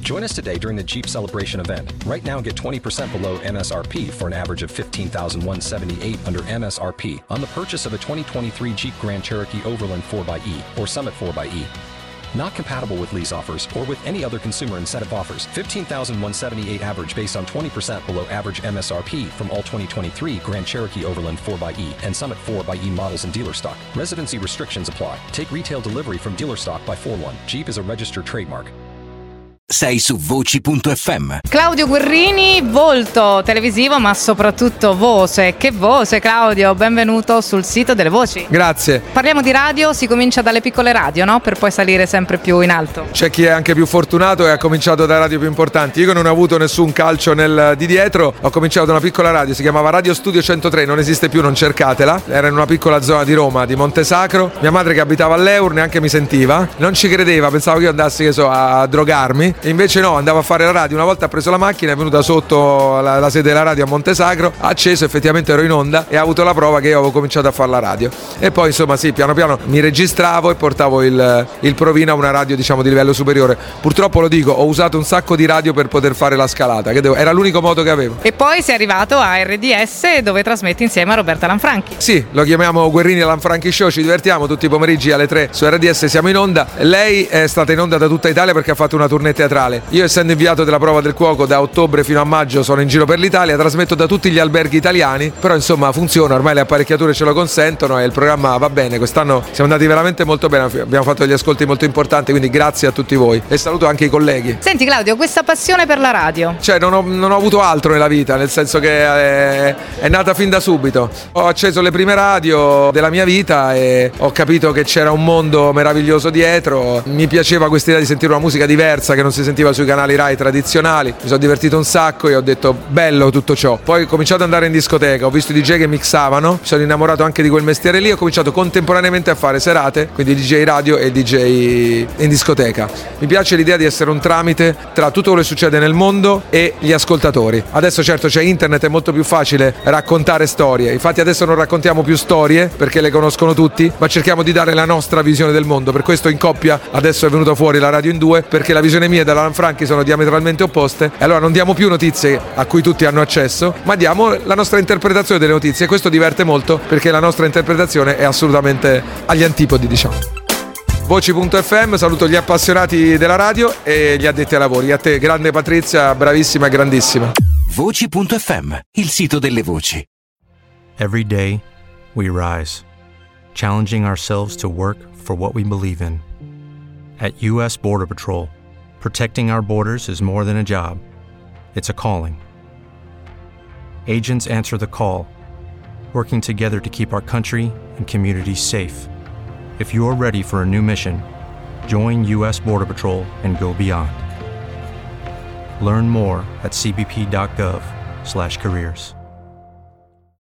Join us today during the Jeep Celebration event. Right now, get 20% below MSRP for an average of $15,178 under MSRP on the purchase of a 2023 Jeep Grand Cherokee Overland 4xE or Summit 4xE. Not compatible with lease offers or with any other consumer incentive offers. $15,178 average based on 20% below average MSRP from all 2023 Grand Cherokee Overland 4xE and Summit 4xE models in dealer stock. Residency restrictions apply. Take retail delivery from dealer stock by 4/1. Jeep is a registered trademark. Sei su Voci.fm. Claudio Guerrini, volto televisivo ma soprattutto voce. Che voce, Claudio, benvenuto sul sito delle voci. Grazie. Parliamo di radio, si comincia dalle piccole radio, no? Per poi salire sempre più in alto. C'è chi è anche più fortunato e ha cominciato da radio più importanti. Io che non ho avuto nessun calcio di dietro, ho cominciato da una piccola radio, si chiamava Radio Studio 103, non esiste più, non cercatela. Era in una piccola zona di Roma, di Montesacro. Mia madre che abitava all'Eur neanche mi sentiva, non ci credeva, pensavo che io andassi, che so, a drogarmi. Invece no, andavo a fare la radio. Una volta ha preso la macchina, è venuta sotto la sede della radio a Montesacro, ha acceso, effettivamente ero in onda e ha avuto la prova che io avevo cominciato a fare la radio. E poi insomma sì, piano piano mi registravo e portavo il provino a una radio, diciamo, di livello superiore. Purtroppo lo dico, ho usato un sacco di radio per poter fare la scalata, era l'unico modo che avevo. E poi sei arrivato a RDS, dove trasmetti insieme a Roberta Lanfranchi. Sì, lo chiamiamo Guerrini Lanfranchi Show, ci divertiamo tutti i pomeriggi alle 3 su RDS, siamo in onda. Lei è stata in onda da tutta Italia perché ha fatto una tournée teatrale. Io, essendo inviato della prova del cuoco, da ottobre fino a maggio sono in giro per l'Italia, trasmetto da tutti gli alberghi italiani, però insomma funziona, ormai le apparecchiature ce lo consentono e il programma va bene. Quest'anno siamo andati veramente molto bene, abbiamo fatto degli ascolti molto importanti, quindi grazie a tutti voi e saluto anche i colleghi. Senti Claudio, questa passione per la radio? Cioè non ho avuto altro nella vita, nel senso che è nata fin da subito. Ho acceso le prime radio della mia vita e ho capito che c'era un mondo meraviglioso dietro. Mi piaceva questa idea di sentire una musica diversa che non si sentiva sui canali Rai tradizionali. Mi sono divertito un sacco e ho detto bello tutto ciò. Poi ho cominciato ad andare in discoteca, ho visto i DJ che mixavano, mi sono innamorato anche di quel mestiere lì, ho cominciato contemporaneamente a fare serate, quindi DJ radio e DJ in discoteca. Mi piace l'idea di essere un tramite tra tutto quello che succede nel mondo e gli ascoltatori. Adesso certo c'è internet, è molto più facile raccontare storie, infatti adesso non raccontiamo più storie perché le conoscono tutti, ma cerchiamo di dare la nostra visione del mondo. Per questo in coppia adesso è venuta fuori la radio in due, perché la visione mia e della Lanfranchi sono diametralmente opposte e allora non diamo più notizie a cui tutti hanno accesso, ma diamo la nostra interpretazione delle notizie e questo diverte molto perché la nostra interpretazione è assolutamente agli antipodi, diciamo. Voci.fm, saluto gli appassionati della radio e gli addetti ai lavori. A te grande Patrizia, bravissima e grandissima. Voci.fm, il sito delle voci. Every day we rise, challenging ourselves to work for what we believe in. At US Border Patrol, protecting our borders is more than a job, it's a calling. Agents answer the call, working together to keep our country and communities safe. If you're ready for a new mission, join US Border Patrol and go beyond. Learn more at cbp.gov/careers.